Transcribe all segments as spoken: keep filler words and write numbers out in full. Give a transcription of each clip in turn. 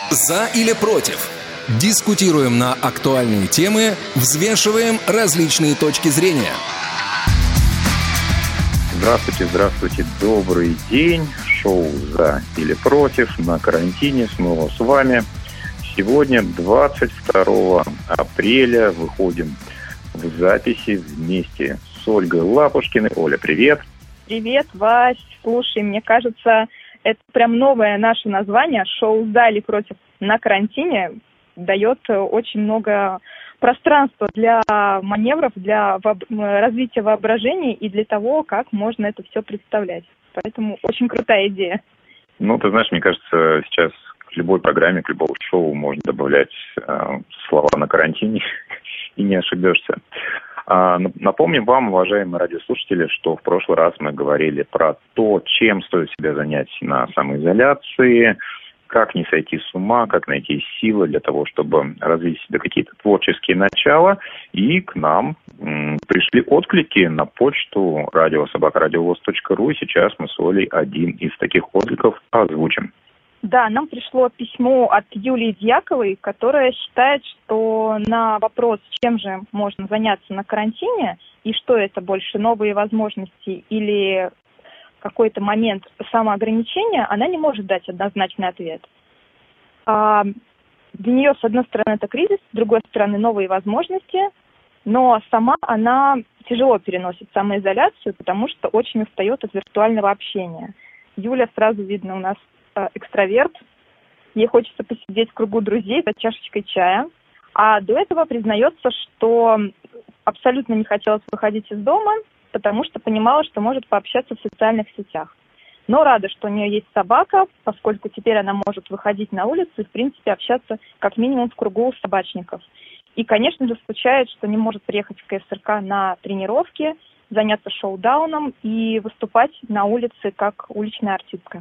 За или против? Дискутируем на актуальные темы, взвешиваем различные точки зрения. Здравствуйте, здравствуйте, добрый день. Шоу «За или против» на карантине снова с вами. Сегодня, двадцать второго апреля, выходим в записи вместе с Ольгой Лапушкиной. Оля, привет. Привет, Вась. Слушай, мне кажется, это прям новое наше название. Шоу «За или против» на карантине дает очень много пространства для маневров, для вооб- развития воображения и для того, как можно это все представлять. Поэтому очень крутая идея. Ну, ты знаешь, мне кажется, сейчас к любой программе, к любому шоу можно добавлять э, слова «на карантине» и не ошибешься. А, напомним вам, уважаемые радиослушатели, что в прошлый раз мы говорили про то, чем стоит себя занять на самоизоляции, как не сойти с ума, как найти силы для того, чтобы развить в себе какие-то творческие начала. И к нам м, пришли отклики на почту радио собака радиовоз точка ру. И сейчас мы с Олей один из таких откликов озвучим. Да, нам пришло письмо от Юлии Дьяковой, которая считает, что на вопрос, чем же можно заняться на карантине, и что это больше, новые возможности или какой-то момент самоограничения, она не может дать однозначный ответ. А для нее, с одной стороны, это кризис, с другой стороны, новые возможности, но сама она тяжело переносит самоизоляцию, потому что очень устает от виртуального общения. Юля, сразу видно, у нас э, экстраверт, ей хочется посидеть в кругу друзей за чашечкой чая, а до этого признается, что абсолютно не хотелось выходить из дома, потому что понимала, что может пообщаться в социальных сетях. Но рада, что у нее есть собака, поскольку теперь она может выходить на улицу и, в принципе, общаться как минимум в кругу собачников. И, конечно же, скучает, что не может приехать в ка эс эр ка на тренировки, заняться шоу-дауном и выступать на улице как уличная артистка.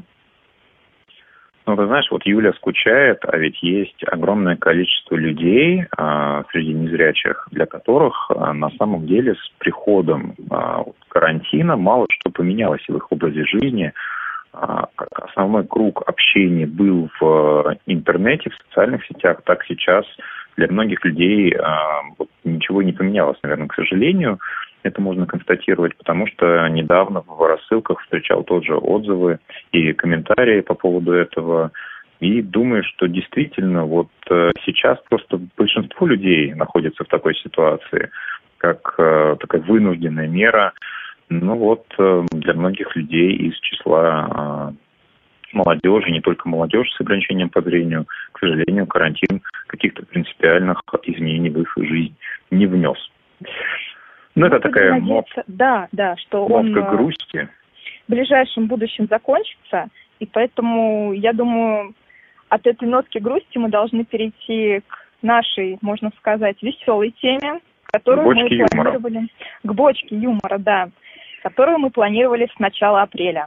Ну, ты знаешь, вот Юля скучает, а ведь есть огромное количество людей а, среди незрячих, для которых а, на самом деле с приходом а, карантина мало что поменялось в их образе жизни. А, основной круг общения был в интернете, в социальных сетях, так сейчас для многих людей а, вот, ничего не поменялось, наверное, к сожалению. Это можно констатировать, потому что недавно в рассылках встречал тот же отзывы и комментарии по поводу этого. И думаю, что действительно вот сейчас просто большинство людей находится в такой ситуации, как такая вынужденная мера. Ну вот для многих людей из числа молодежи, не только молодежи с ограничением по зрению, к сожалению, карантин каких-то принципиальных изменений в их жизнь не внес. Ну, это такая надеяться, да, да, что нотка он грусти. В ближайшем будущем закончится, и поэтому, я думаю, от этой нотки грусти мы должны перейти к нашей, можно сказать, веселой теме, которую мы планировали... Юмора. К бочке юмора, да, которую мы планировали с начала апреля.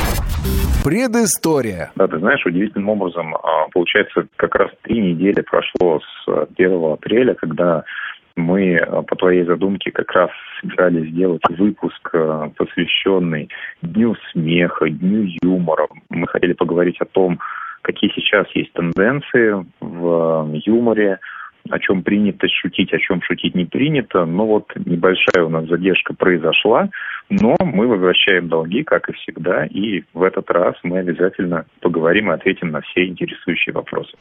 Предыстория. Да, ты знаешь, удивительным образом, получается, как раз три недели прошло с первого апреля, когда мы по твоей задумке как раз собирались сделать выпуск, посвященный Дню смеха, Дню юмора. Мы хотели поговорить о том, какие сейчас есть тенденции в юморе, о чем принято шутить, о чем шутить не принято. Но вот небольшая у нас задержка произошла, но мы возвращаем долги, как и всегда, и в этот раз мы обязательно поговорим и ответим на все интересующие вопросы.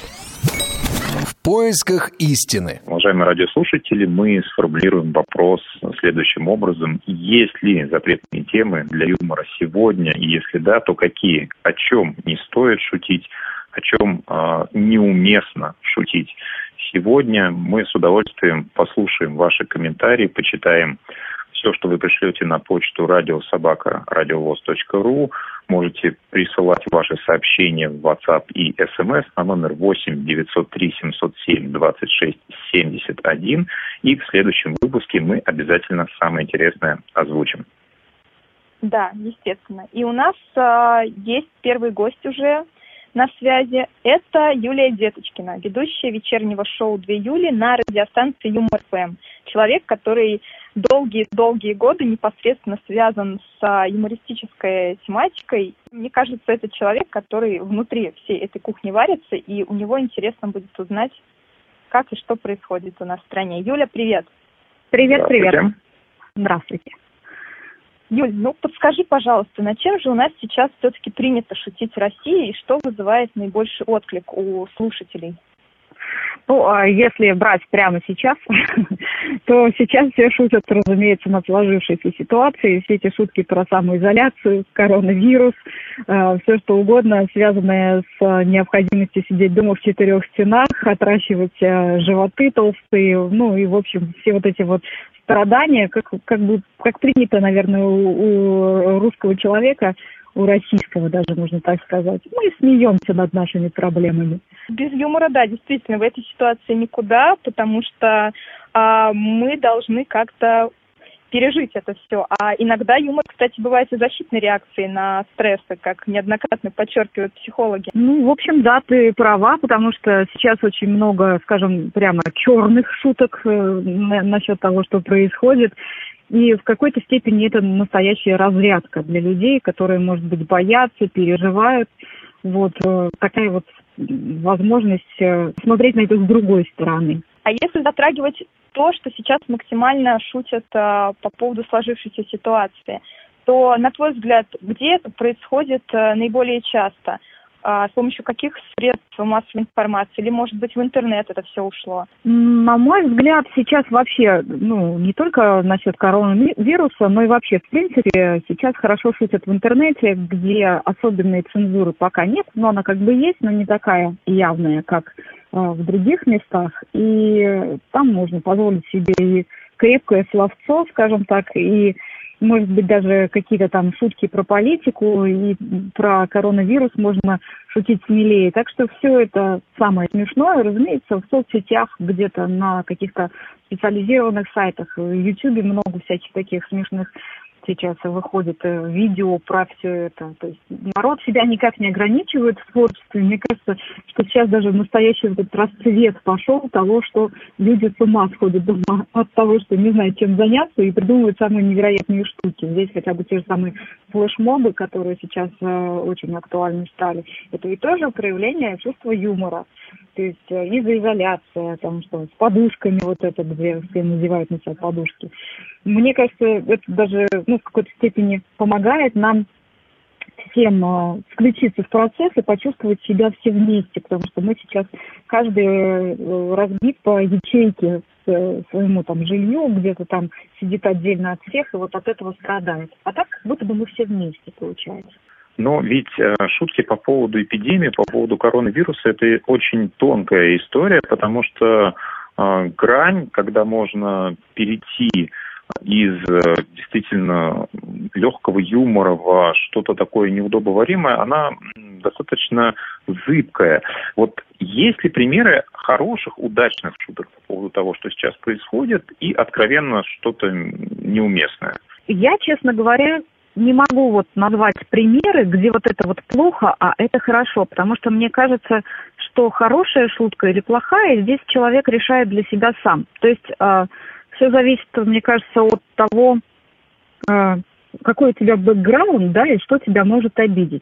В поисках истины. Уважаемые радиослушатели, мы сформулируем вопрос следующим образом. Есть ли запретные темы для юмора сегодня? И если да, то какие? О чем не стоит шутить? О чем э, неуместно шутить? Сегодня мы с удовольствием послушаем ваши комментарии, почитаем все, что вы пришлете на почту радио собака радиовоз точка ру. Можете присылать ваши сообщения в WhatsApp и эс эм эс на номер восемь девятьсот три семьсот семь двадцать шесть семьдесят один. И в следующем выпуске мы обязательно самое интересное озвучим. Да, естественно. И у нас э, есть первый гость уже на связи. Это Юлия Деточкина, ведущая вечернего шоу «Две Юли» на радиостанции Юмор эф эм. Человек, который долгие-долгие годы непосредственно связан с юмористической тематикой. Мне кажется, это человек, который внутри всей этой кухни варится, и у него интересно будет узнать, как и что происходит у нас в стране. Юля, привет. Привет, привет. Здравствуйте. Юль, ну подскажи, пожалуйста, над чем же у нас сейчас все-таки принято шутить в России, и что вызывает наибольший отклик у слушателей? Ну, а если брать прямо сейчас, то сейчас все шутят, разумеется, над сложившейся ситуацией. Все эти шутки про самоизоляцию, коронавирус, э, все что угодно, связанное с необходимостью сидеть дома в четырех стенах, отращивать э, животы толстые, ну и, в общем, все вот эти вот страдания, как, как бы, как принято, наверное, у, у русского человека, у российского даже, можно так сказать. Мы смеемся над нашими проблемами. Без юмора, да, действительно, в этой ситуации никуда, потому что а, мы должны как-то пережить это все. А иногда юмор, кстати, бывает и защитной реакцией на стрессы, как неоднократно подчеркивают психологи. Ну, в общем, да, ты права, потому что сейчас очень много, скажем, прямо черных шуток э, насчет того, что происходит. И в какой-то степени это настоящая разрядка для людей, которые, может быть, боятся, переживают. Вот э, такая вот возможность э, смотреть на это с другой стороны. А если затрагивать то, что сейчас максимально шутят э, по поводу сложившейся ситуации, то, на твой взгляд, где это происходит э, наиболее часто? С помощью каких средств массовой информации? Или, может быть, в интернет это все ушло? На мой взгляд, сейчас вообще, ну, не только насчет коронавируса, но и вообще, в принципе, сейчас хорошо шутят в интернете, где особенной цензуры пока нет, но она как бы есть, но не такая явная, как э, в других местах. И там можно позволить себе и крепкое словцо, скажем так, и может быть, даже какие-то там шутки про политику и про коронавирус можно шутить смелее. Так что все это самое смешное, разумеется, в соцсетях, где-то на каких-то специализированных сайтах. В Ютубе много всяких таких смешных сейчас выходит видео про все это. То есть народ себя никак не ограничивает в творчестве. Мне кажется, что сейчас даже настоящий вот этот расцвет пошел того, что люди с ума сходят дома от того, что не знают, чем заняться, и придумывают самые невероятные штуки. Здесь хотя бы те же самые флешмобы, которые сейчас э, очень актуальны стали. Это и тоже проявление чувства юмора. То есть э, изоляция, там что, с подушками вот это, где все надевают на себя подушки. Мне кажется, это даже ну, в какой-то степени помогает нам всем э, включиться в процесс и почувствовать себя все вместе, потому что мы сейчас каждый э, разбит по ячейке э, своему там жилью, где-то там сидит отдельно от всех, и вот от этого страдает. А так, как будто бы мы все вместе, получается. Но ведь э, шутки по поводу эпидемии, по поводу коронавируса, это очень тонкая история, потому что э, грань, когда можно перейти из действительно легкого юмора в что-то такое неудобоваримое, она достаточно зыбкая. Вот есть ли примеры хороших, удачных шуток по поводу того, что сейчас происходит, и откровенно что-то неуместное? Я, честно говоря, не могу вот назвать примеры, где вот это вот плохо, а это хорошо, потому что мне кажется, что хорошая шутка или плохая, здесь человек решает для себя сам. То есть все зависит, мне кажется, от того, какой у тебя бэкграунд, да, и что тебя может обидеть.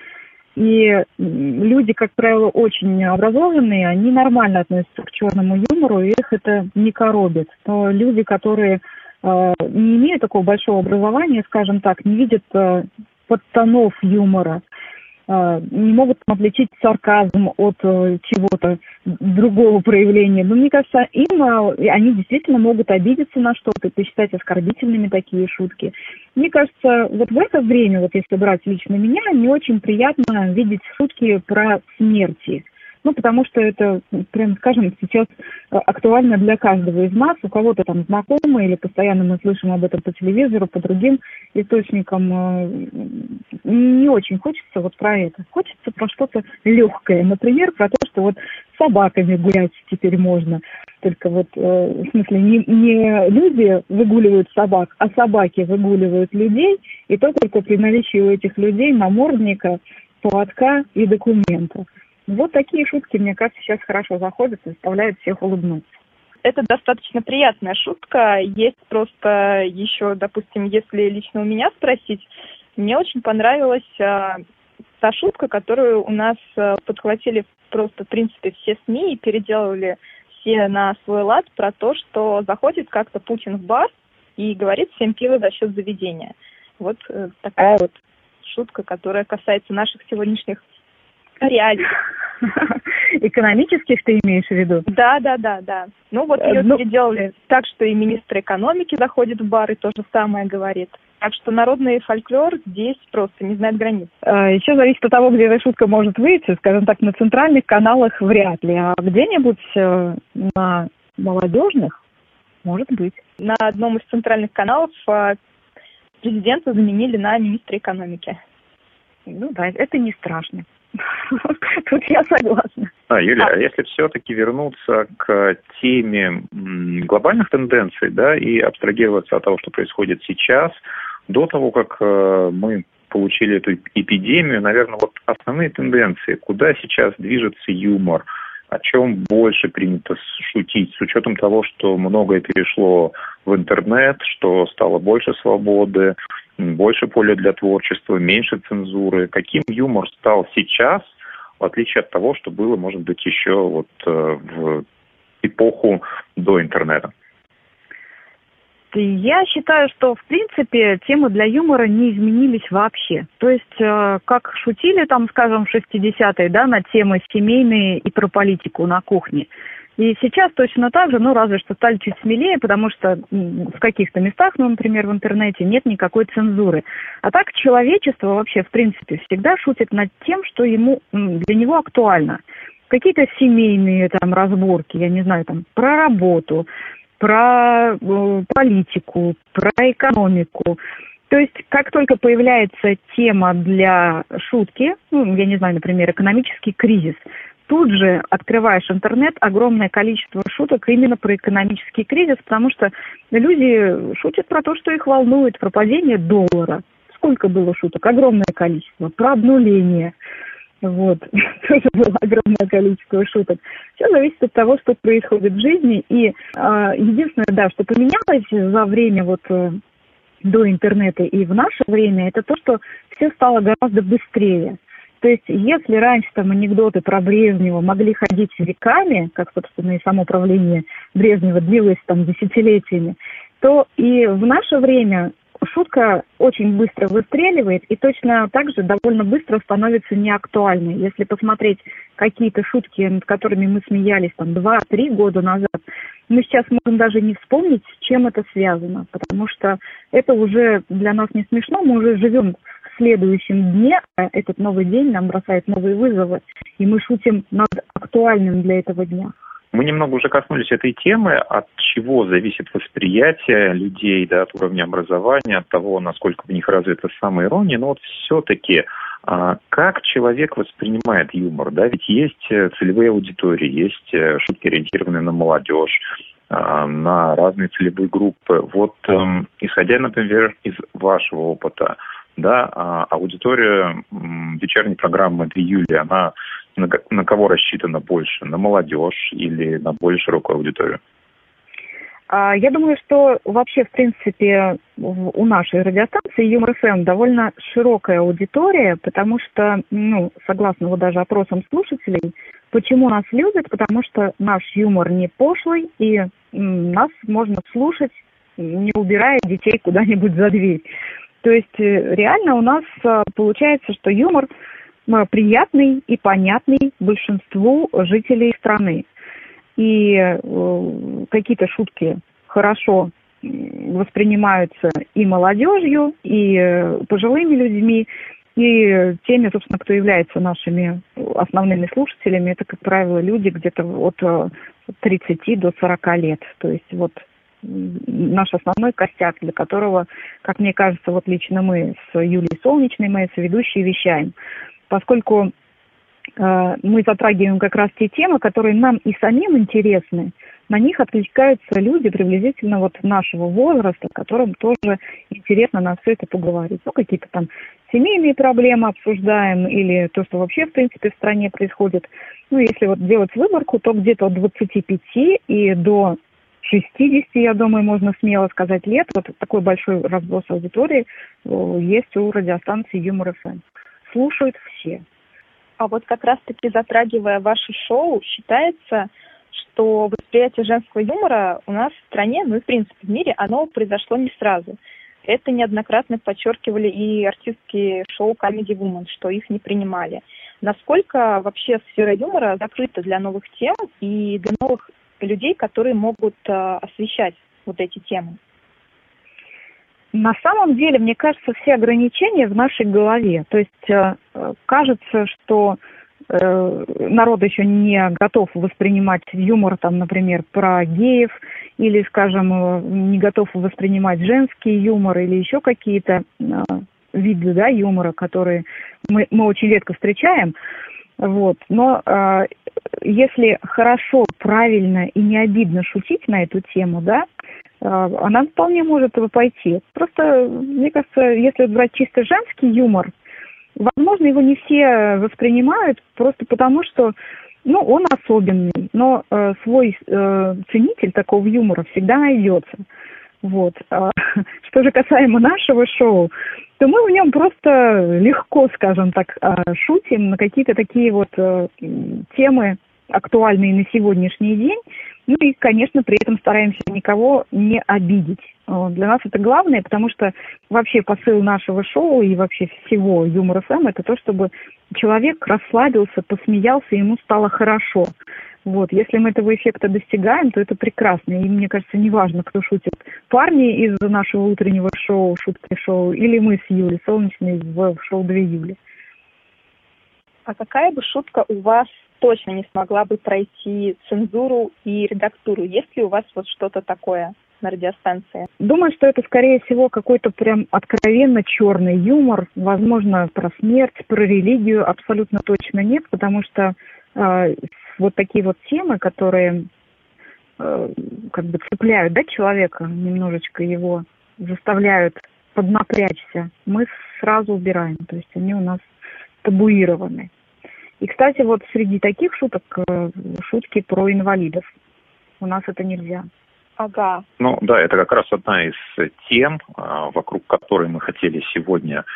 И люди, как правило, очень образованные, они нормально относятся к черному юмору, и их это не коробит. Но люди, которые не имеют такого большого образования, скажем так, не видят подтонов юмора, не могут отличить сарказм от чего-то другого проявления. Но мне кажется, им они действительно могут обидеться на что-то, посчитать оскорбительными такие шутки. Мне кажется, вот в это время, вот если брать лично меня, не очень приятно видеть шутки про смерти. Ну, потому что это, прям скажем, сейчас актуально для каждого из нас. У кого-то там знакомые или постоянно мы слышим об этом по телевизору, по другим источникам. Не очень хочется вот про это. Хочется про что-то легкое. Например, про то, что вот с собаками гулять теперь можно. Только вот, в смысле, не, не люди выгуливают собак, а собаки выгуливают людей. И то только при наличии у этих людей намордника, поводка и документа. Вот такие шутки, мне кажется, сейчас хорошо заходят и заставляют всех улыбнуться. Это достаточно приятная шутка. Есть просто еще, допустим, если лично у меня спросить, мне очень понравилась а, та шутка, которую у нас а, подхватили просто, в принципе, все СМИ и переделали все на свой лад про то, что заходит как-то Путин в бар и говорит всем пиво за счет заведения. Вот э, такая вот шутка, которая касается наших сегодняшних реалий. Экономических ты имеешь в виду? Да, да, да, да. Ну вот ее ну... переделали так, что и министр экономики заходит в бар и то же самое говорит. Так что народный фольклор здесь просто не знает границ. Еще зависит от того, где эта шутка может выйти. Скажем так, на центральных каналах вряд ли, а где-нибудь на молодежных может быть. На одном из центральных каналов президента заменили на министра экономики. Ну да, это не страшно. Тут я согласна. А, Юлия, а если все-таки вернуться к теме глобальных тенденций, да, и абстрагироваться от того, что происходит сейчас, до того, как э, мы получили эту эпидемию, наверное, вот основные тенденции, куда сейчас движется юмор, о чем больше принято шутить, с учетом того, что многое перешло в интернет, что стало больше свободы, больше поля для творчества, меньше цензуры. Каким юмор стал сейчас, в отличие от того, что было, может быть, еще вот э, в эпоху до интернета? Я считаю, что, в принципе, темы для юмора не изменились вообще. То есть, э, как шутили, там, скажем, в шестидесятые, да, на темы семейные и про политику на кухне. И сейчас точно так же, ну, разве что стали чуть смелее, потому что в каких-то местах, ну, например, в интернете нет никакой цензуры. А так человечество вообще, в принципе, всегда шутит над тем, что ему, для него актуально. Какие-то семейные там разборки, я не знаю, там, про работу, про э, политику, про экономику. То есть, как только появляется тема для шутки, ну, я не знаю, например, экономический кризис, тут же открываешь интернет, огромное количество шуток именно про экономический кризис, потому что люди шутят про то, что их волнует, про падение доллара. Сколько было шуток? Огромное количество. Про обнуление. Вот. Тоже было огромное количество шуток. Все зависит от того, что происходит в жизни. И э, единственное, да, что поменялось за время вот э, до интернета и в наше время, это то, что все стало гораздо быстрее. То есть, если раньше там анекдоты про Брежнева могли ходить веками, как, собственно, и само правление Брежнева длилось там десятилетиями, то и в наше время шутка очень быстро выстреливает и точно так же довольно быстро становится неактуальной. Если посмотреть какие-то шутки, над которыми мы смеялись там два-три года назад, мы сейчас можем даже не вспомнить, с чем это связано, потому что это уже для нас не смешно, мы уже живем в следующем дне, а этот новый день нам бросает новые вызовы, и мы шутим над актуальным для этого дня. Мы немного уже коснулись этой темы, от чего зависит восприятие людей, да, от уровня образования, от того, насколько в них развита самоирония. Но вот все-таки а, как человек воспринимает юмор? Да? Ведь есть целевые аудитории, есть шутки, ориентированные на молодежь, а, на разные целевые группы. Вот а, исходя, например, из вашего опыта, да, а, аудитория м, вечерней программы «Две Юли», она на, на кого рассчитана больше? На молодежь или на более широкую аудиторию? Я думаю, что вообще, в принципе, у нашей радиостанции Юмор эф эм довольно широкая аудитория, потому что, ну, согласно вот даже опросам слушателей, почему нас любят? Потому что наш юмор не пошлый, и нас можно слушать, не убирая детей куда-нибудь за дверь. То есть реально у нас получается, что юмор приятный и понятный большинству жителей страны. И э, какие-то шутки хорошо воспринимаются и молодежью, и э, пожилыми людьми, и теми, собственно, кто является нашими основными слушателями, это, как правило, люди где-то от тридцати до сорока лет. То есть вот наш основной костяк, для которого, как мне кажется, вот лично мы с Юлией Солнечной, моей соведущей, вещаем. Поскольку э, мы затрагиваем как раз те темы, которые нам и самим интересны, на них откликаются люди приблизительно вот нашего возраста, которым тоже интересно на все это поговорить. Ну, какие-то там семейные проблемы обсуждаем или то, что вообще, в принципе, в стране происходит. Ну, если вот делать выборку, то где-то от двадцати пяти и до шестидесяти, я думаю, можно смело сказать, лет. Вот такой большой разброс аудитории есть у радиостанции Юмор эф эм. Слушают все. А вот как раз-таки затрагивая ваше шоу, считается, что восприятие женского юмора у нас в стране, ну и в принципе в мире, оно произошло не сразу. Это неоднократно подчеркивали и артистки шоу Comedy Woman, что их не принимали. Насколько вообще сфера юмора закрыта для новых тем и для новых людей, которые могут э, освещать вот эти темы? На самом деле, мне кажется, все ограничения в нашей голове. То есть э, кажется, что э, народ еще не готов воспринимать юмор, там, например, про геев, или, скажем, э, не готов воспринимать женский юмор, или еще какие-то э, виды, да, юмора, которые мы, мы очень редко встречаем. Вот. Но э, если хорошо, правильно и не обидно шутить на эту тему, да, она вполне может пойти. Просто, мне кажется, если брать чисто женский юмор, возможно, его не все воспринимают просто потому, что, ну, он особенный, но э, свой э, ценитель такого юмора всегда найдется. Вот. А, что же касаемо нашего шоу, то мы в нем просто легко, скажем так, шутим на какие-то такие вот э, темы, актуальные на сегодняшний день. Ну и, конечно, при этом стараемся никого не обидеть. Для нас это главное, потому что вообще посыл нашего шоу и вообще всего Юмор эф эм — это то, чтобы человек расслабился, посмеялся, и ему стало хорошо. Вот. Если мы этого эффекта достигаем, то это прекрасно. И мне кажется, неважно, кто шутит. Парни из нашего утреннего шоу, шутки шоу, или мы с Юлей Солнечной в шоу «Две Юли». А какая бы шутка у вас точно не смогла бы пройти цензуру и редактуру? Есть ли у вас вот что-то такое на радиостанции? Думаю, что это, скорее всего, какой-то прям откровенно черный юмор. Возможно, про смерть, про религию абсолютно точно нет, потому что э, вот такие вот темы, которые э, как бы цепляют, да, человека, немножечко его заставляют поднапрячься, мы сразу убираем. То есть они у нас табуированы. И, кстати, вот среди таких шуток шутки про инвалидов. У нас это нельзя. Ага. Ну да, это как раз одна из тем, вокруг которой мы хотели сегодня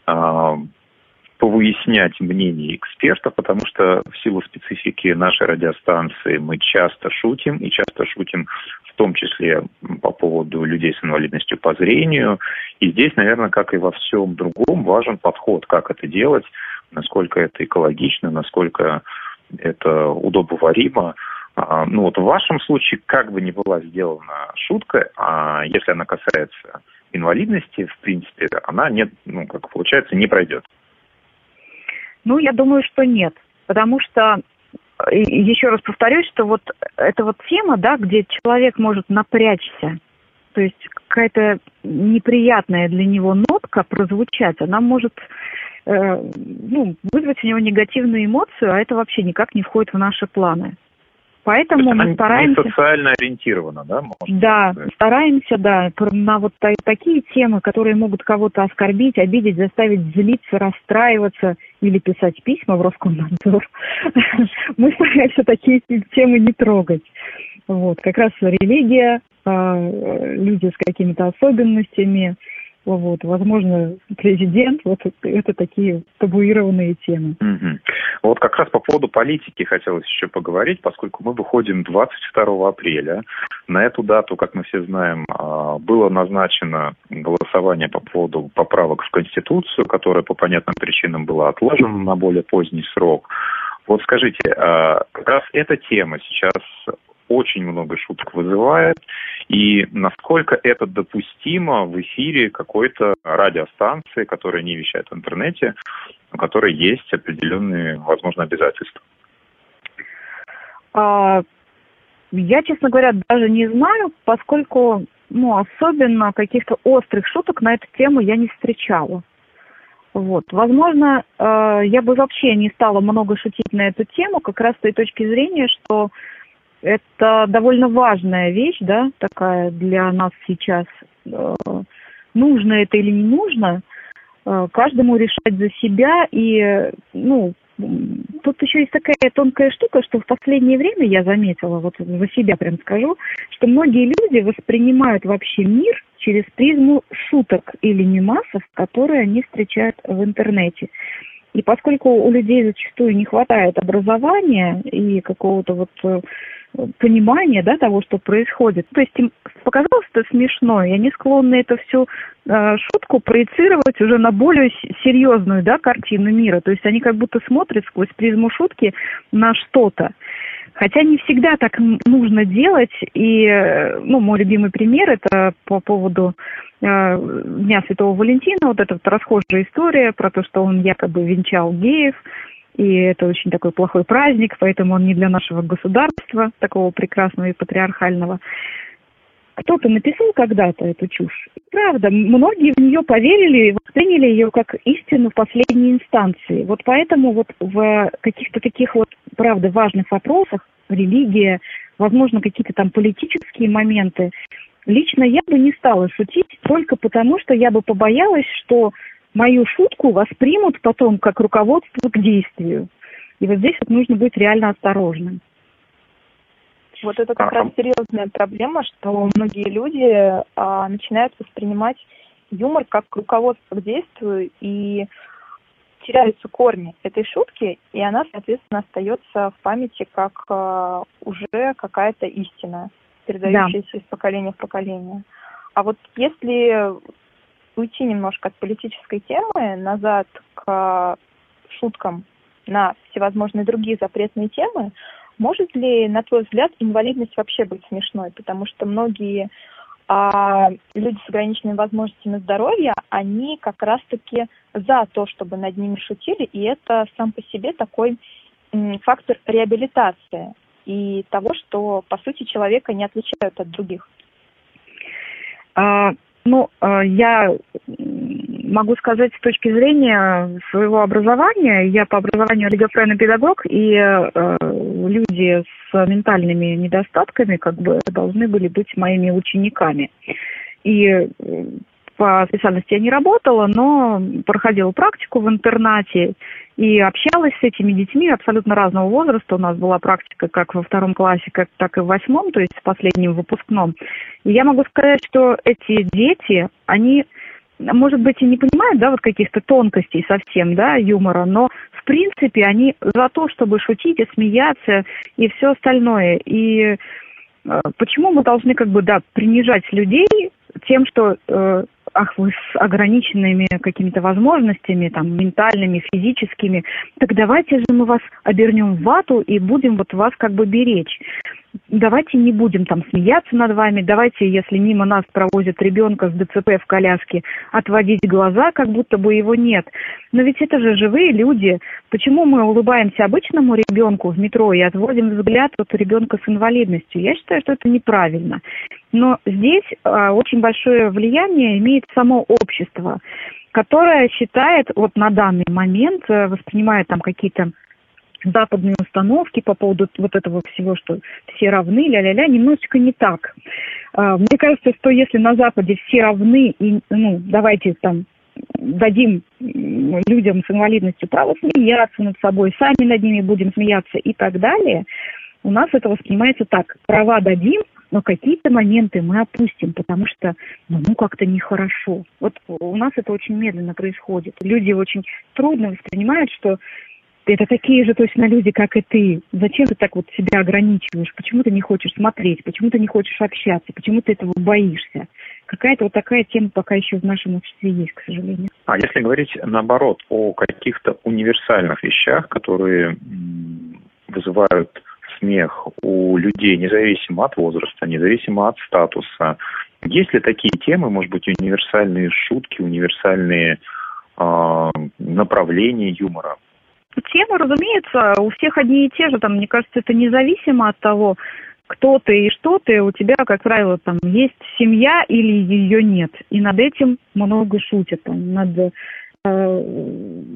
повыяснять мнение экспертов, потому что в силу специфики нашей радиостанции мы часто шутим, и часто шутим в том числе по поводу людей с инвалидностью по зрению. И здесь, наверное, как и во всем другом, важен подход, как это делать, насколько это экологично, насколько это удобоваримо. Ну вот в вашем случае, как бы ни была сделана шутка, а если она касается инвалидности, в принципе, она нет, ну, как получается, не пройдет. Ну, я думаю, что нет. Потому что, еще раз повторюсь, что вот эта вот тема, да, где человек может напрячься, то есть какая-то неприятная для него нотка прозвучать, она может э, ну, вызвать у него негативную эмоцию, а это вообще никак не входит в наши планы. Поэтому мы стараемся... Не социально ориентировано, да? Может, да, сказать? стараемся, да, на вот такие темы, которые могут кого-то оскорбить, обидеть, заставить злиться, расстраиваться или писать письма в Роскомнадзор. Мы стараемся такие темы не трогать. Вот, как раз религия, люди с какими-то особенностями, вот, возможно, президент, вот это такие табуированные темы. Угу. Вот как раз по поводу политики хотелось еще поговорить, поскольку мы выходим двадцать второго апреля. На эту дату, как мы все знаем, было назначено голосование по поводу поправок в Конституцию, которое по понятным причинам было отложено на более поздний срок. Вот скажите, как раз эта тема сейчас очень много шуток вызывает, и насколько это допустимо в эфире какой-то радиостанции, которая не вещает в интернете, у которой есть определенные, возможно, обязательства? А, я, честно говоря, даже не знаю, поскольку, ну, особенно каких-то острых шуток на эту тему я не встречала. Вот. Возможно, э, я бы вообще не стала много шутить на эту тему, как раз с той точки зрения, что это довольно важная вещь, да, такая для нас сейчас. Нужно это или не нужно, каждому решать за себя. И, ну, тут еще есть такая тонкая штука, что в последнее время я заметила, вот за себя прям скажу, что многие люди воспринимают вообще мир через призму шуток или мемасов, которые они встречают в интернете. И поскольку у людей зачастую не хватает образования и какого-то вот понимания, да, того, что происходит, то есть им показалось это смешно, и они склонны эту всю э, шутку проецировать уже на более серьезную, да, картину мира. То есть они как будто смотрят сквозь призму шутки на что-то. Хотя не всегда так нужно делать. И, ну, мой любимый пример — это по поводу э, Дня Святого Валентина, вот эта вот расхожая история про то, что он якобы венчал геев. И это очень такой плохой праздник, поэтому он не для нашего государства, такого прекрасного и патриархального. Кто-то написал когда-то эту чушь. Правда, многие в нее поверили и восприняли ее как истину в последней инстанции. Вот поэтому вот в каких-то таких вот, правда, важных вопросах, религия, возможно, какие-то там политические моменты, лично я бы не стала шутить только потому, что я бы побоялась, что мою шутку воспримут потом как руководство к действию. И вот здесь вот нужно быть реально осторожным. Вот это как раз серьезная проблема, что многие люди а, начинают воспринимать юмор как руководство к действию и теряются корни этой шутки, и она, соответственно, остается в памяти как а, уже какая-то истина, передающаяся да. из поколения в поколение. А вот если уйти немножко от политической темы, назад к шуткам на всевозможные другие запретные темы, может ли, на твой взгляд, инвалидность вообще быть смешной? Потому что многие а, люди с ограниченными возможностями здоровья, они как раз-таки за то, чтобы над ними шутили, и это сам по себе такой м, фактор реабилитации и того, что, по сути, человека не отличают от других. А, ну, я могу сказать с точки зрения своего образования. Я по образованию религиозный педагог, и э, люди с ментальными недостатками как бы должны были быть моими учениками. И по специальности я не работала, но проходила практику в интернате и общалась с этими детьми абсолютно разного возраста. У нас была практика как во втором классе, как, так и в восьмом, то есть в последнем выпускном. И я могу сказать, что эти дети, они, может быть, и не понимают, да, вот каких-то тонкостей совсем, да, юмора, но в принципе они за то, чтобы шутить и смеяться и все остальное. И э, почему мы должны как бы, да, принижать людей тем, что э, ах, вы с ограниченными какими-то возможностями, там, ментальными, физическими, так давайте же мы вас обернем в вату и будем вот вас как бы беречь. Давайте не будем там смеяться над вами, давайте, если мимо нас провозят ребенка с ДЦП в коляске, отводить глаза, как будто бы его нет. Но ведь это же живые люди. Почему мы улыбаемся обычному ребенку в метро и отводим взгляд от ребенка с инвалидностью? Я считаю, что это неправильно. Но здесь а, очень большое влияние имеет само общество, которое считает вот на данный момент, воспринимает там какие-то западные установки по поводу вот этого всего, что все равны, ля-ля-ля, немножечко не так. Мне кажется, что если на Западе все равны, и, ну, давайте там дадим людям с инвалидностью право смеяться над собой, сами над ними будем смеяться и так далее, у нас это воспринимается так: права дадим, но какие-то моменты мы опустим, потому что ну, ну как-то нехорошо. Вот у нас это очень медленно происходит. Люди очень трудно воспринимают, что это такие же точно люди, как и ты. Зачем ты так вот себя ограничиваешь? Почему ты не хочешь смотреть? Почему ты не хочешь общаться? Почему ты этого боишься? Какая-то вот такая тема пока еще в нашем обществе есть, к сожалению. А если говорить, наоборот, о каких-то универсальных вещах, которые вызывают смех у людей, независимо от возраста, независимо от статуса, есть ли такие темы, может быть, универсальные шутки, универсальные э, направления юмора? Темы, разумеется, у всех одни и те же. Там, мне кажется, это независимо от того, кто ты и что ты. У тебя, как правило, там есть семья или ее нет. И над этим много шутят. Там, над э,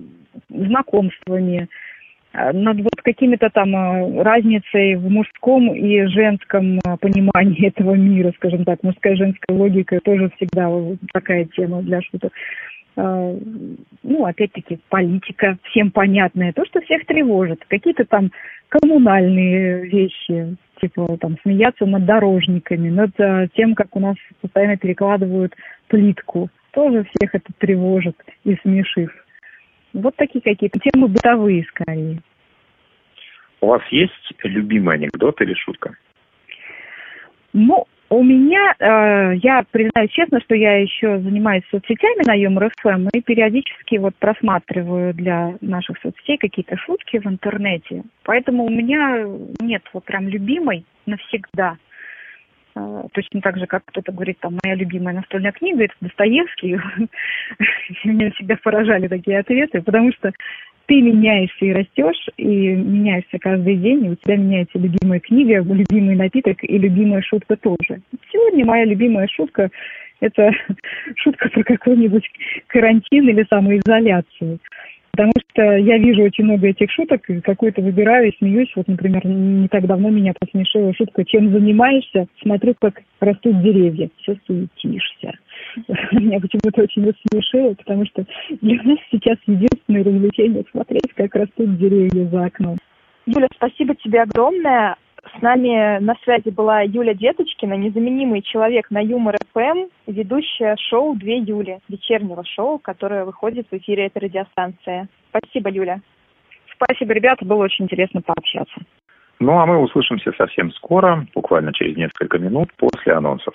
знакомствами, над вот какими-то там разницей в мужском и женском понимании этого мира, скажем так. Мужская и женская логика тоже всегда такая тема для шуток. ну, опять-таки, политика всем понятная, то, что всех тревожит, какие-то там коммунальные вещи, типа там смеяться над дорожниками, над тем, как у нас постоянно перекладывают плитку, тоже всех это тревожит и смешит. Вот такие какие-то темы бытовые скорее. У вас есть любимый анекдот или шутка? Ну, у меня, э, я признаюсь честно, что я еще занимаюсь соцсетями на ЮморФМ и периодически вот просматриваю для наших соцсетей какие-то шутки в интернете. Поэтому у меня нет вот прям любимой навсегда. Э, точно так же, как кто-то говорит, там, моя любимая настольная книга, это Достоевский. Меня всегда поражали такие ответы, потому что ты меняешься и растешь, и меняешься каждый день, и у тебя меняется любимая книга, любимый напиток и любимая шутка тоже. Сегодня моя любимая шутка – это шутка про какой-нибудь карантин или самоизоляцию. Потому что я вижу очень много этих шуток, и какую-то выбираю и смеюсь. Вот, например, не так давно меня посмешила шутка «Чем занимаешься? Смотрю, как растут деревья». Все суетишься. Меня почему-то очень рассмешило, потому что для нас сейчас единственное развлечение смотреть, как растут деревья за окном. Юля, спасибо тебе огромное. С нами на связи была Юля Деточкина, незаменимый человек на Юмор-ФМ, ведущая шоу «Две Юли», вечернего шоу, которое выходит в эфире этой радиостанции. Спасибо, Юля. Спасибо, ребята, было очень интересно пообщаться. Ну, а мы услышимся совсем скоро, буквально через несколько минут после анонсов.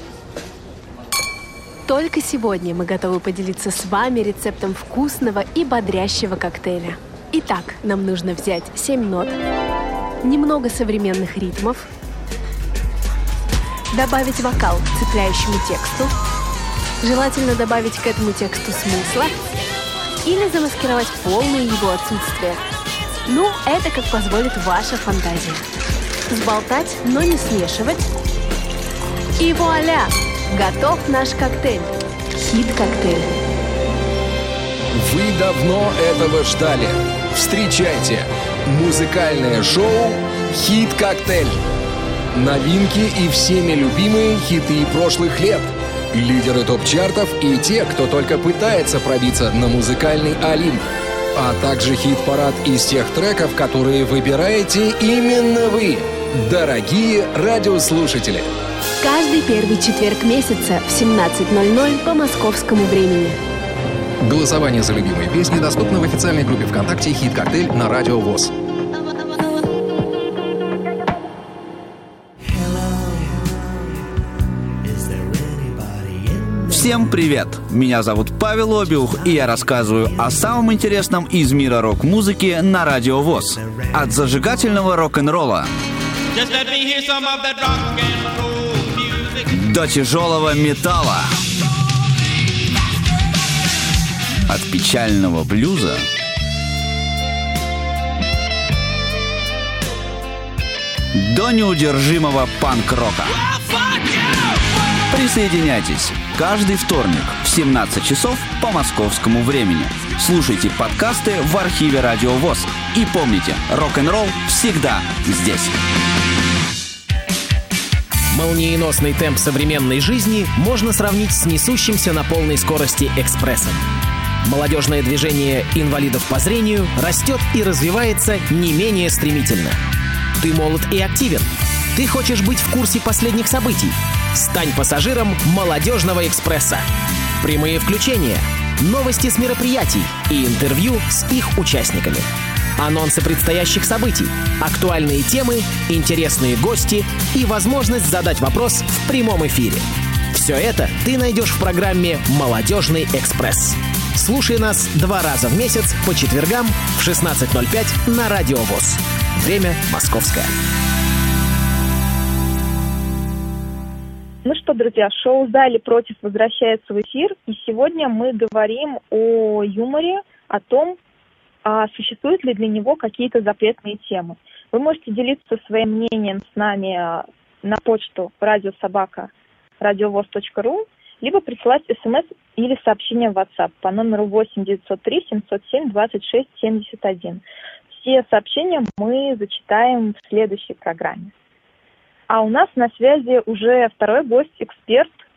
Только сегодня мы готовы поделиться с вами рецептом вкусного и бодрящего коктейля. Итак, нам нужно взять семь нот, немного современных ритмов, добавить вокал к цепляющему тексту, желательно добавить к этому тексту смысла или замаскировать полное его отсутствие. Ну, это как позволит ваша фантазия. Сболтать, но не смешивать. И вуаля! Готов наш коктейль. Хит-коктейль. Вы давно этого ждали. Встречайте! Музыкальное шоу «Хит-коктейль». Новинки и всеми любимые хиты прошлых лет. Лидеры топ-чартов и те, кто только пытается пробиться на музыкальный Олимп. А также хит-парад из тех треков, которые выбираете именно вы, дорогие радиослушатели. Каждый первый четверг месяца в семнадцать ноль ноль по московскому времени. Голосование за любимые песни доступно в официальной группе ВКонтакте «Хит-коктейль» на Радио ВОС. Всем привет! Меня зовут Павел Обиух, и я рассказываю о самом интересном из мира рок-музыки на Радио ВОС. От зажигательного рок-н-ролла до тяжелого металла, от печального блюза до неудержимого панк-рока. Присоединяйтесь каждый вторник в семнадцать часов по московскому времени. Слушайте подкасты в архиве Радио ВОС. И помните, рок-н-ролл всегда здесь. Молниеносный темп современной жизни можно сравнить с несущимся на полной скорости экспрессом. Молодежное движение инвалидов по зрению растет и развивается не менее стремительно. Ты молод и активен. Ты хочешь быть в курсе последних событий. Стань пассажиром «Молодежного экспресса». Прямые включения, новости с мероприятий и интервью с их участниками. Анонсы предстоящих событий, актуальные темы, интересные гости и возможность задать вопрос в прямом эфире. Все это ты найдешь в программе «Молодежный экспресс». Слушай нас два раза в месяц по четвергам в шестнадцать ноль пять на Радио ВОС. Время московское. Ну что, друзья, шоу «За или против» возвращается в эфир, и сегодня мы говорим о юморе, о том, а существуют ли для него какие-то запретные темы. Вы можете делиться своим мнением с нами на почту радиособака радиовос точка ру, либо присылать смс или сообщение в WhatsApp по номеру восемь девятьсот три семьсот семь двадцать шесть семьдесят один. Все сообщения мы зачитаем в следующей программе. А у нас на связи уже второй гость, эксперт,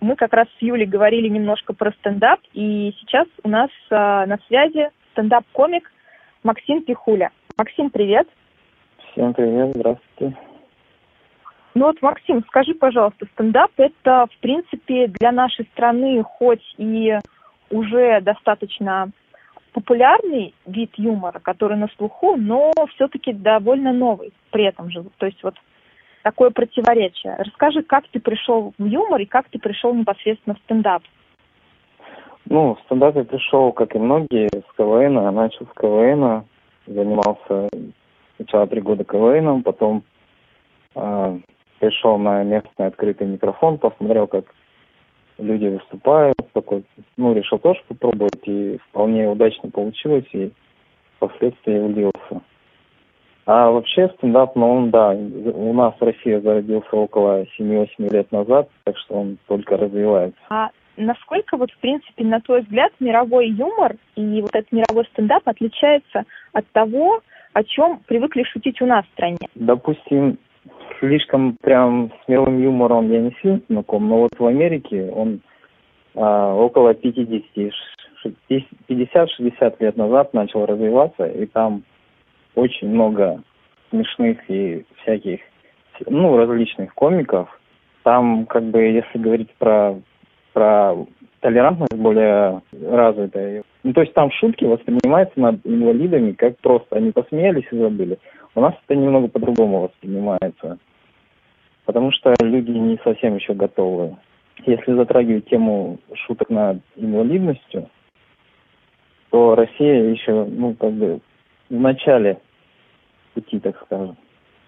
Мы как раз с Юлей говорили немножко про стендап, и сейчас у нас а, на связи стендап-комик Максим Пихуля. Максим, привет. Всем привет, здравствуйте. Ну вот, Максим, скажи, пожалуйста, стендап – это, в принципе, для нашей страны хоть и уже достаточно популярный вид юмора, который на слуху, но все-таки довольно новый при этом же. То есть вот такое противоречие. Расскажи, как ты пришел в юмор и как ты пришел непосредственно в стендап? Ну, в стендап я пришел, как и многие, с КВН. Я начал с КВН, занимался сначала три года КВНом, потом э, пришел на местный открытый микрофон, посмотрел, как люди выступают, такой, ну, решил тоже попробовать, и вполне удачно получилось, и впоследствии влился. А вообще стендап, ну, он, да, у нас в России зародился около семь-восемь лет назад, так что он только развивается. А насколько, вот, в принципе, на твой взгляд, мировой юмор и вот этот мировой стендап отличается от того, о чем привыкли шутить у нас в стране? Допустим, слишком прям с мировым юмором я не сильно знаком, но вот в Америке он а, около пятьдесят-шестьдесят лет назад начал развиваться, и там очень много смешных и всяких, ну, различных комиков. Там, как бы, если говорить про, про толерантность более развитая, ну, то есть там шутки воспринимаются над инвалидами как просто, они посмеялись и забыли. У нас это немного по-другому воспринимается, потому что люди не совсем еще готовы. Если затрагивать тему шуток над инвалидностью, то Россия еще, ну, как бы, в начале пути, так скажем.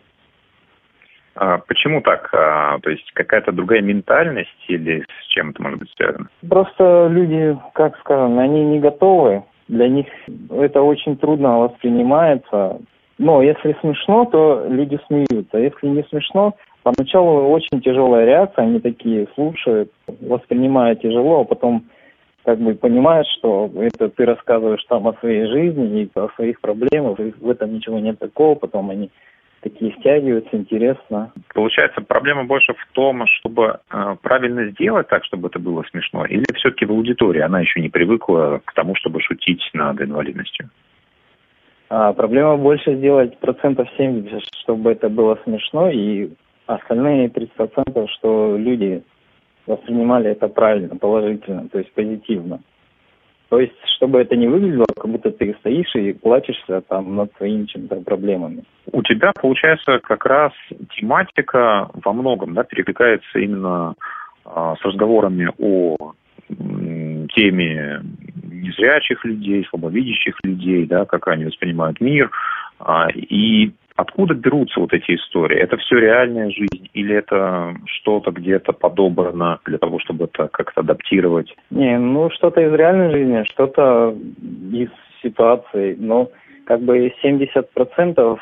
А почему так? А, то есть какая-то другая ментальность или с чем это может быть связано? Просто люди, как скажем, они не готовы. Для них это очень трудно воспринимается. Но если смешно, то люди смеются. Если не смешно, поначалу очень тяжелая реакция, они такие слушают, воспринимают тяжело, а потом как бы понимают, что это ты рассказываешь там о своей жизни и о своих проблемах, и в этом ничего нет такого, потом они такие стягиваются, интересно. Получается, проблема больше в том, чтобы э, правильно сделать так, чтобы это было смешно, или все-таки в аудитории она еще не привыкла к тому, чтобы шутить над инвалидностью? А проблема больше сделать процентов семьдесят, чтобы это было смешно, и остальные тридцать процентов, что люди воспринимали это правильно, положительно, то есть позитивно. То есть, чтобы это не выглядело, как будто ты стоишь и плачешься там над своими чем-то проблемами. У тебя, получается, как раз тематика во многом, да, перекликается именно а, с разговорами о м, теме незрячих людей, слабовидящих людей, да, как они воспринимают мир. А, и откуда берутся вот эти истории? Это все реальная жизнь или это что-то где-то подобрано для того, чтобы это как-то адаптировать? Не, ну что-то из реальной жизни, что-то из ситуации. Но как бы семьдесят процентов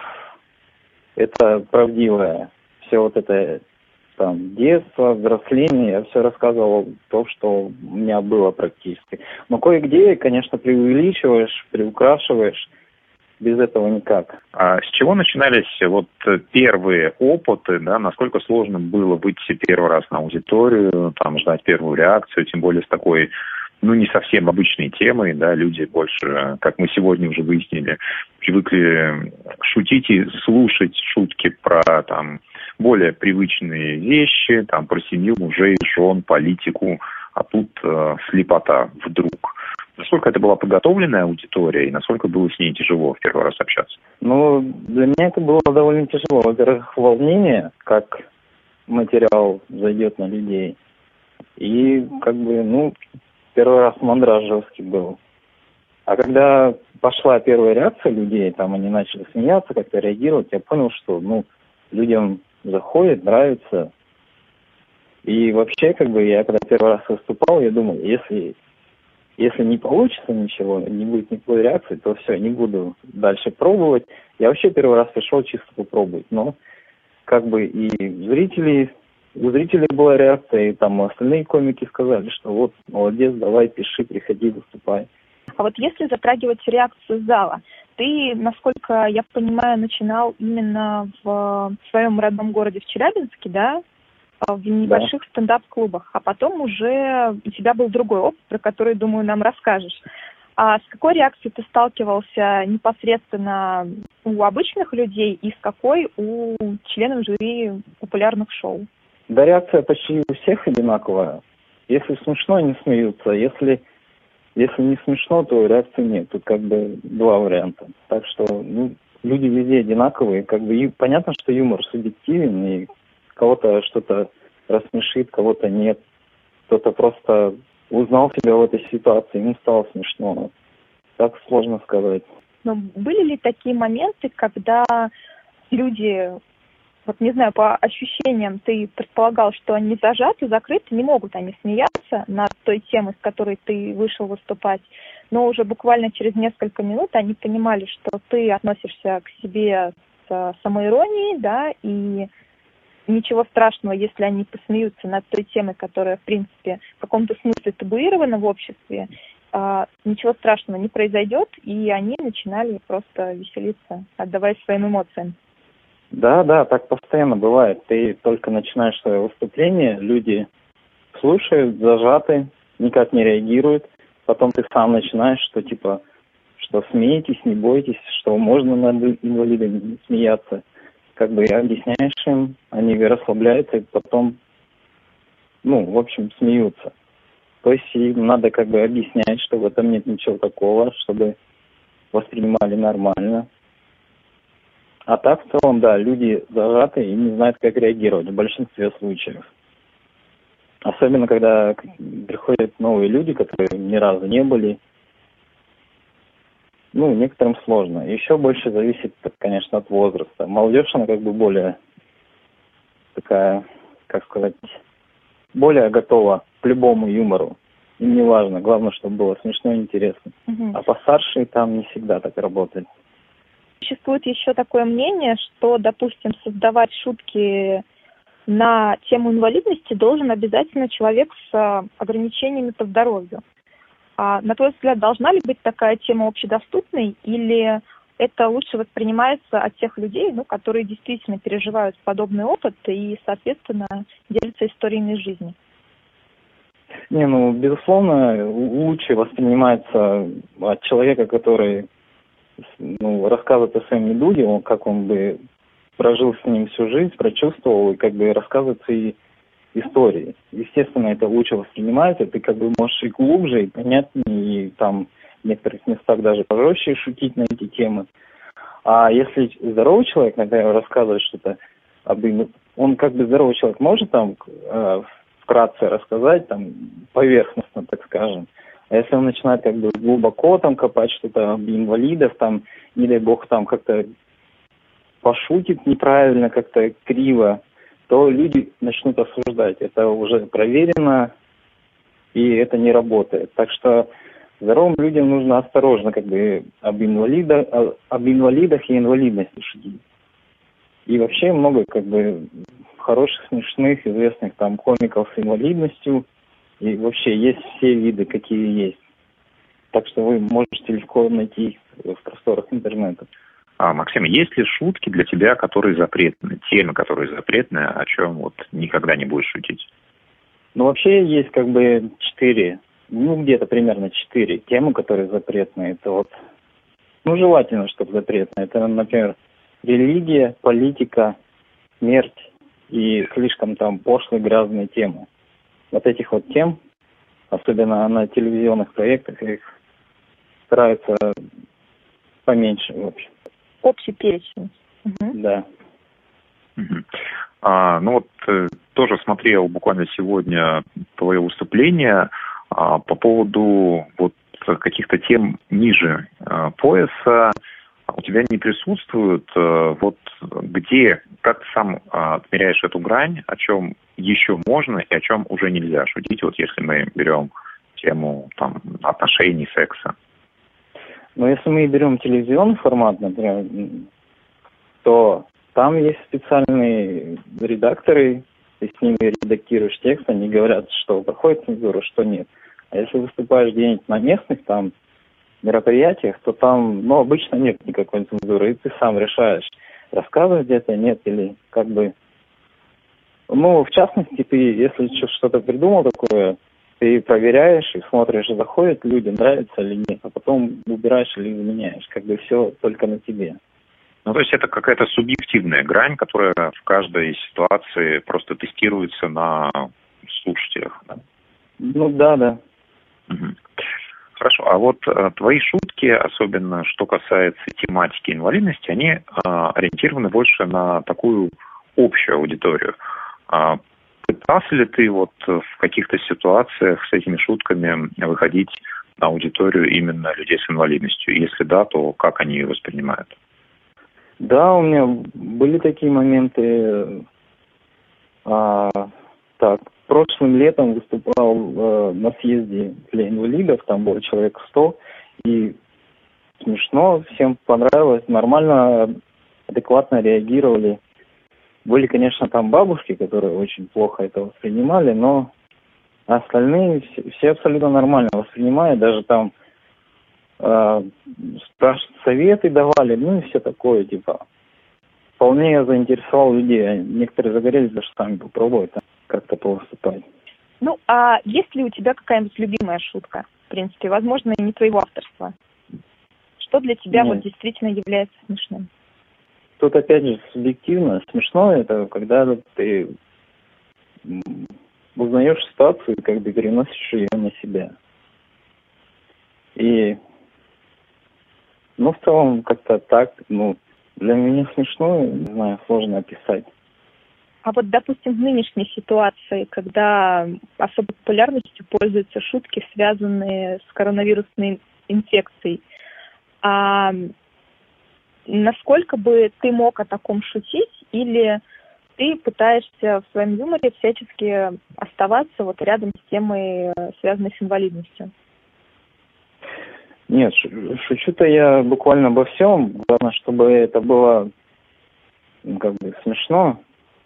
это правдивое. Все вот это там детство, взросление, я все рассказывал то, что у меня было практически. Но кое-где, конечно, преувеличиваешь, приукрашиваешь. Без этого никак. А с чего начинались вот первые опыты, да, насколько сложно было выйти первый раз на аудиторию, там, ждать первую реакцию, тем более с такой, ну, не совсем обычной темой, да, люди больше, как мы сегодня уже выяснили, привыкли шутить и слушать шутки про, там, более привычные вещи, там, про семью, мужей, жен, политику, а тут э, слепота вдруг. Насколько это была подготовленная аудитория и насколько было с ней тяжело в первый раз общаться? Ну, для меня это было довольно тяжело. Во-первых, волнение, как материал зайдет на людей. И, как бы, ну, первый раз мандраж жесткий был. А когда пошла первая реакция людей, там они начали смеяться, как-то реагировать, я понял, что, ну, людям заходит, нравится. И вообще, как бы, я когда первый раз выступал, я думал, если... Если не получится ничего, не будет никакой реакции, то все, не буду дальше пробовать. Я вообще первый раз пришел чисто попробовать. Но как бы и зрители, у зрителей была реакция, и там остальные комики сказали, что вот, молодец, давай, пиши, приходи, выступай. А вот если затрагивать реакцию зала, ты, насколько я понимаю, начинал именно в своем родном городе, в Челябинске, да? в небольших да. стендап-клубах, а потом уже у тебя был другой опыт, про который, думаю, нам расскажешь. А с какой реакцией ты сталкивался непосредственно у обычных людей и с какой у членов жюри популярных шоу? Да, реакция почти у всех одинаковая. Если смешно, они смеются. Если, если не смешно, то реакции нет. Тут как бы два варианта. Так что ну, люди везде одинаковые. Как бы и понятно, что юмор субъективен, и кого-то что-то рассмешит, кого-то нет. Кто-то просто узнал себя в этой ситуации, ему стало смешно. Так сложно сказать. Но были ли такие моменты, когда люди, вот не знаю, по ощущениям ты предполагал, что они зажаты, закрыты, не могут они смеяться над той темой, с которой ты вышел выступать, но уже буквально через несколько минут они понимали, что ты относишься к себе с самоиронией, да, и ничего страшного, если они посмеются над той темой, которая, в принципе, в каком-то смысле табуирована в обществе, а, ничего страшного не произойдет, и они начинали просто веселиться, отдаваясь своим эмоциям. Да, да, так постоянно бывает. Ты только начинаешь свое выступление, люди слушают, зажаты, никак не реагируют. Потом ты сам начинаешь, что типа, что смеетесь, не бойтесь, что можно над инвалидами смеяться. Как бы объясняешь им, они расслабляются и потом, ну, в общем, смеются. То есть им надо как бы объяснять, что в этом нет ничего такого, чтобы воспринимали нормально. А так, в целом, да, люди зажаты и не знают, как реагировать в большинстве случаев. Особенно, когда приходят новые люди, которые ни разу не были. Ну, некоторым сложно. Еще больше зависит, конечно, от возраста. Молодежь, она как бы более такая, как сказать, более готова к любому юмору. Им не важно. Главное, чтобы было смешно и интересно. Угу. А постарше там не всегда так работает. Существует еще такое мнение, что, допустим, создавать шутки на тему инвалидности должен обязательно человек с ограничениями по здоровью. А на твой взгляд, должна ли быть такая тема общедоступной, или это лучше воспринимается от тех людей, ну, которые действительно переживают подобный опыт и, соответственно, делятся историями жизни? Не, ну, безусловно, лучше воспринимается от человека, который ну, рассказывает о своем недуге, он, как он бы прожил с ним всю жизнь, прочувствовал, и как бы рассказывает свои истории. Естественно, это лучше воспринимается, ты как бы можешь и глубже, и понятнее, и там в некоторых местах даже пожестче шутить на эти темы. А если здоровый человек, например, рассказывает что-то об им, он как бы здоровый человек может там э, вкратце рассказать, там поверхностно, так скажем. А если он начинает как бы глубоко там копать что-то об инвалидах, там, не дай бог, там как-то пошутит неправильно, как-то криво, то люди начнут осуждать. Это уже проверено, и это не работает. Так что здоровым людям нужно осторожно как бы об инвалидах, об инвалидах и инвалидности шутить. И вообще много как бы хороших, смешных, известных там комиков с инвалидностью. И вообще есть все виды, какие есть. Так что вы можете легко найти их в просторах интернета. А, Максим, есть ли шутки для тебя, которые запретны, темы, которые запретны, о чем вот никогда не будешь шутить? Ну, вообще есть как бы четыре, ну, где-то примерно четыре темы, которые запретны. Это вот, ну, желательно, чтобы запретны. Это, например, религия, политика, смерть и слишком там пошлые, грязные темы. Вот этих вот тем, особенно на телевизионных проектах, их стараются поменьше, в общем. Общий перечень. Угу. Да. Угу. А, ну вот э, тоже смотрел буквально сегодня твое выступление а, по поводу вот каких-то тем ниже а, пояса. У тебя не присутствуют а, вот где, как ты сам а, отмеряешь эту грань, о чем еще можно и о чем уже нельзя шутить, вот если мы берем тему там отношений, секса. Но если мы берем телевизионный формат, например, то там есть специальные редакторы, ты с ними редактируешь текст, они говорят, что проходит цензура, что нет. А если выступаешь где-нибудь на местных там мероприятиях, то там, ну, обычно нет никакой цензуры, и ты сам решаешь, рассказывать где-то, нет, или как бы Ну, в частности, ты, если что-то придумал такое, ты проверяешь и смотришь, заходят люди, нравится или нет, а потом убираешь или изменяешь. Как бы все только на тебе. Ну, то есть это какая-то субъективная грань, которая в каждой ситуации просто тестируется на слушателях. Да? Ну, да, да. Угу. Хорошо. А вот а, твои шутки, особенно что касается тематики инвалидности, они а, ориентированы больше на такую общую аудиторию. А, пытался ли ты вот в каких-то ситуациях с этими шутками выходить на аудиторию именно людей с инвалидностью? Если да, то как они ее воспринимают? Да, у меня были такие моменты. А, так, прошлым летом выступал э, на съезде для инвалидов, там было человек сто, и смешно, всем понравилось, нормально, адекватно реагировали. Были, конечно, там бабушки, которые очень плохо это воспринимали, но остальные все, все абсолютно нормально воспринимают, даже там э, спрашивают, советы давали, ну и все такое, типа. Вполне я заинтересовал людей, некоторые загорелись, даже сами попробовать там как-то повыступать. Ну, а есть ли у тебя какая-нибудь любимая шутка, в принципе, возможно, и не твоего авторства? Что для тебя Нет. вот действительно является смешным? Тут опять же субъективно. Смешно это, когда ты узнаешь ситуацию и как бы переносишь ее на себя. И, ну, в целом, как-то так, ну, для меня смешно, не знаю, сложно описать. А вот, допустим, в нынешней ситуации, когда особой популярностью пользуются шутки, связанные с коронавирусной инфекцией, а насколько бы ты мог о таком шутить, или ты пытаешься в своем юморе всячески оставаться вот рядом с темой, связанной с инвалидностью? Нет, шучу-то я буквально обо всем. Главное, чтобы это было, ну, как бы смешно.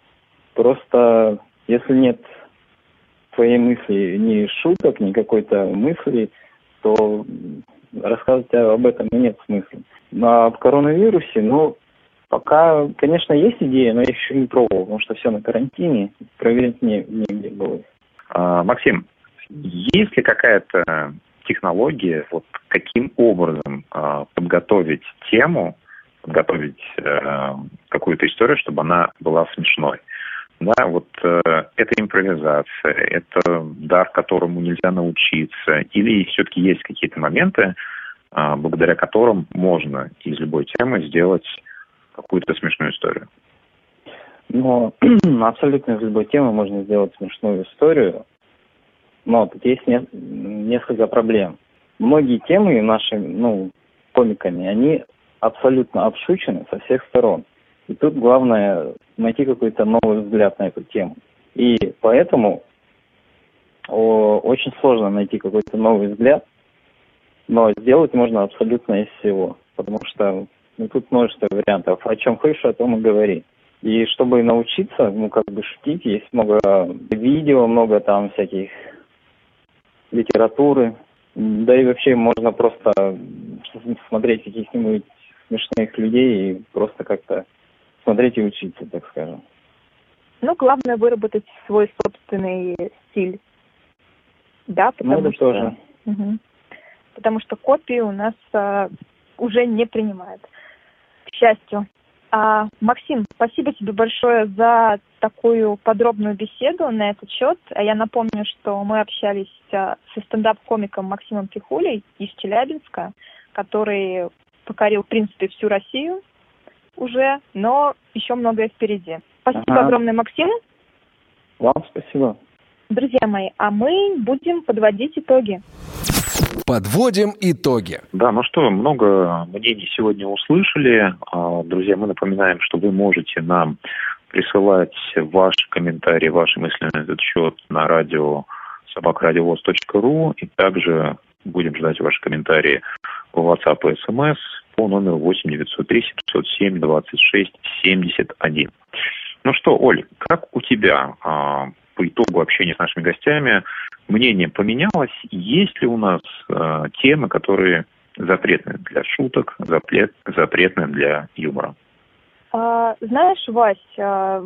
Просто если нет твоей мысли, ни шуток, ни какой-то мысли, то рассказывать об этом и нет смысла. А в коронавирусе, ну, пока, конечно, есть идеи, но я еще не пробовал, потому что все на карантине, проверить не, негде было. А, Максим, есть ли какая-то технология, вот каким образом а, подготовить тему, подготовить а, какую-то историю, чтобы она была смешной? Да, вот э, это импровизация, это дар, которому нельзя научиться, или все-таки есть какие-то моменты, э, благодаря которым можно из любой темы сделать какую-то смешную историю? Ну, абсолютно из любой темы можно сделать смешную историю, но тут есть не, несколько проблем. Многие темы наши, ну, комиками, они абсолютно обшучены со всех сторон. И тут главное найти какой-то новый взгляд на эту тему. И поэтому о, очень сложно найти какой-то новый взгляд, но сделать можно абсолютно из всего. Потому что ну, тут множество вариантов. О чем хочешь, о том и говори. И чтобы научиться, ну, как бы шутить, есть много видео, много там всяких литературы. Да и вообще можно просто смотреть каких-нибудь смешных людей и просто как-то смотреть и учиться, так скажем. Ну, главное выработать свой собственный стиль. Да, потому ну, это что... тоже. Угу. Потому что копии у нас а, уже не принимают, к счастью. А, Максим, спасибо тебе большое за такую подробную беседу на этот счет. А я напомню, что мы общались а, со стендап-комиком Максимом Пихулей из Челябинска, который покорил, в принципе, всю Россию уже, но еще многое впереди. Спасибо ага. огромное, Максим. Вам спасибо. Друзья мои, а мы будем подводить итоги. Подводим итоги. Да, ну что, много мнений сегодня услышали. Друзья, мы напоминаем, что вы можете нам присылать ваши комментарии, ваши мысли на этот счет на радио собака радиовоз точка ру, и также будем ждать ваши комментарии в WhatsApp и эс эм эс по номеру восемь девятьсот три семьсот семь двадцать шесть семьдесят один. Ну что, Оль, как у тебя а, по итогу общения с нашими гостями мнение поменялось? Есть ли у нас а, темы, которые запретны для шуток, запрет, запретны для юмора? А, знаешь, Вась, а,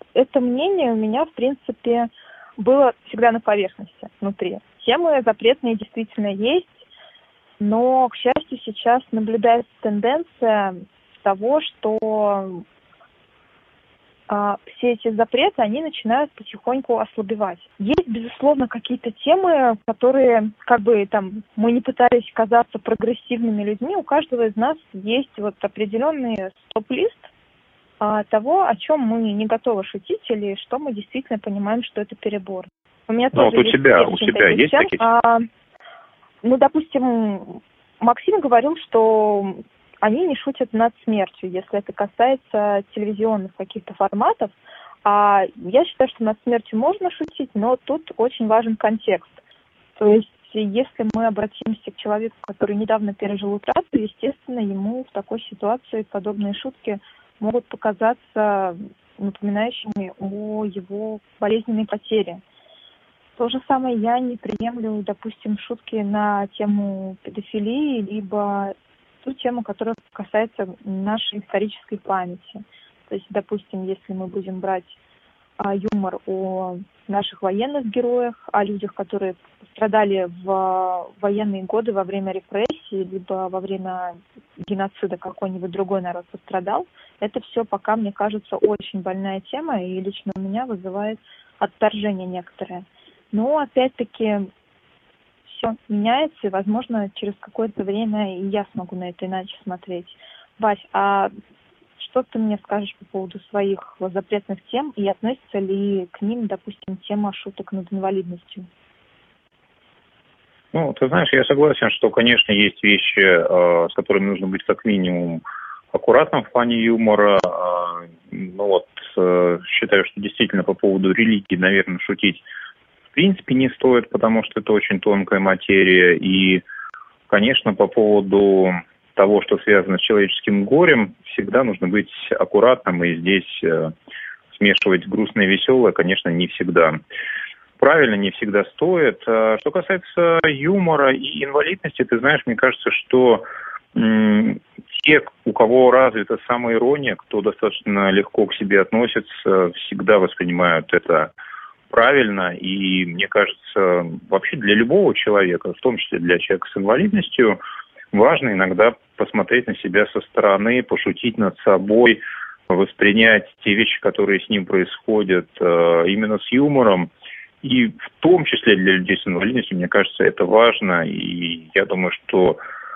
это мнение у меня, в принципе, было всегда на поверхности, внутри. Темы запретные действительно есть, но, к счастью, сейчас наблюдается тенденция того, что а, все эти запреты, они начинают потихоньку ослабевать. Есть, безусловно, какие-то темы, которые, как бы там мы не пытались казаться прогрессивными людьми, у каждого из нас есть вот определенный стоп-лист а, того, о чем мы не готовы шутить или что мы действительно понимаем, что это перебор. У меня ну, тоже вот у есть тебя, у тебя есть тем. такие? А, ну, допустим, Максим говорил, что они не шутят над смертью, если это касается телевизионных каких-то форматов. А я считаю, что над смертью можно шутить, но тут очень важен контекст. То есть, если мы обратимся к человеку, который недавно пережил утрату, естественно, ему в такой ситуации подобные шутки могут показаться напоминающими о его болезненной потере. То же самое я не приемлю, допустим, шутки на тему педофилии, либо ту тему, которая касается нашей исторической памяти. То есть, допустим, если мы будем брать а, юмор о наших военных героях, о людях, которые пострадали в военные годы во время репрессий, либо во время геноцида какой-нибудь другой народ пострадал, это все пока, мне кажется, очень больная тема, и лично у меня вызывает отторжение некоторое. Но, опять-таки, все меняется, и, возможно, через какое-то время и я смогу на это иначе смотреть. Вась, а что ты мне скажешь по поводу своих запретных тем, и относится ли к ним, допустим, тема шуток над инвалидностью? Ну, ты знаешь, я согласен, что, конечно, есть вещи, э, с которыми нужно быть как минимум аккуратным в плане юмора. Э, ну вот, э, считаю, что действительно по поводу религии, наверное, шутить в принципе не стоит, потому что это очень тонкая материя. И, конечно, по поводу того, что связано с человеческим горем, всегда нужно быть аккуратным, и здесь э, смешивать грустное и веселое, конечно, не всегда правильно, не всегда стоит. Что касается юмора и инвалидности, ты знаешь, мне кажется, что м- те, у кого развита самоирония, кто достаточно легко к себе относится, всегда воспринимают это правильно. И мне кажется, вообще для любого человека, в том числе для человека с инвалидностью, важно иногда посмотреть на себя со стороны, пошутить над собой, воспринять те вещи, которые с ним происходят, именно с юмором. И в том числе для людей с инвалидностью, мне кажется, это важно. И я думаю, что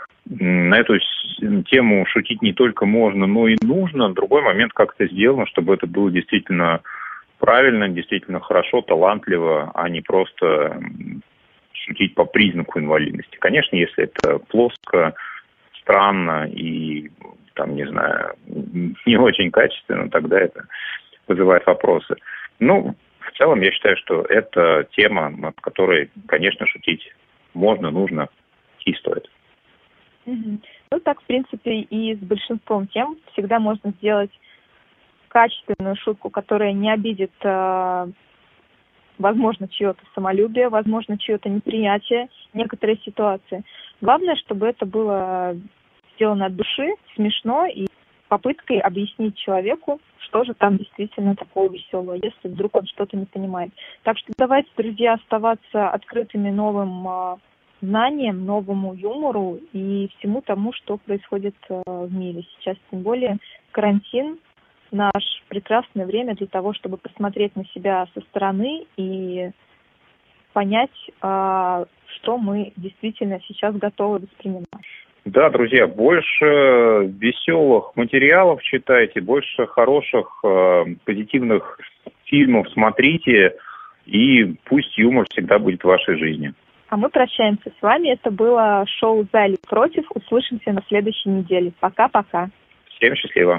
на эту тему шутить не только можно, но и нужно. Другой момент, как это сделано, чтобы это было действительно правильно, действительно хорошо, талантливо, а не просто шутить по признаку инвалидности. Конечно, если это плоско, странно и, там, не знаю, не очень качественно, тогда это вызывает вопросы. Ну, в целом, я считаю, что это тема, над которой, конечно, шутить можно, нужно и стоит. Угу. Ну, так, в принципе, и с большинством тем всегда можно сделать качественную шутку, которая не обидит, э, возможно, чье-то самолюбие, возможно, чье-то неприятие некоторой ситуации. Главное, чтобы это было сделано от души, смешно и попыткой объяснить человеку, что же там действительно такого веселого, если вдруг он что-то не понимает. Так что давайте, друзья, оставаться открытыми новым э, знаниям, новому юмору и всему тому, что происходит э, в мире сейчас. Тем более карантин – наше прекрасное время для того, чтобы посмотреть на себя со стороны и понять, э, что мы действительно сейчас готовы воспринимать. Да, друзья, больше веселых материалов читайте, больше хороших, э, позитивных фильмов смотрите, и пусть юмор всегда будет в вашей жизни. А мы прощаемся с вами. Это было шоу «За или против». Услышимся на следующей неделе. Пока-пока. Всем счастливо.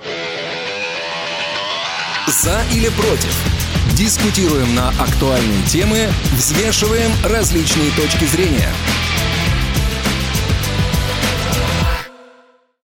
«За или против». Дискутируем на актуальные темы, взвешиваем различные точки зрения.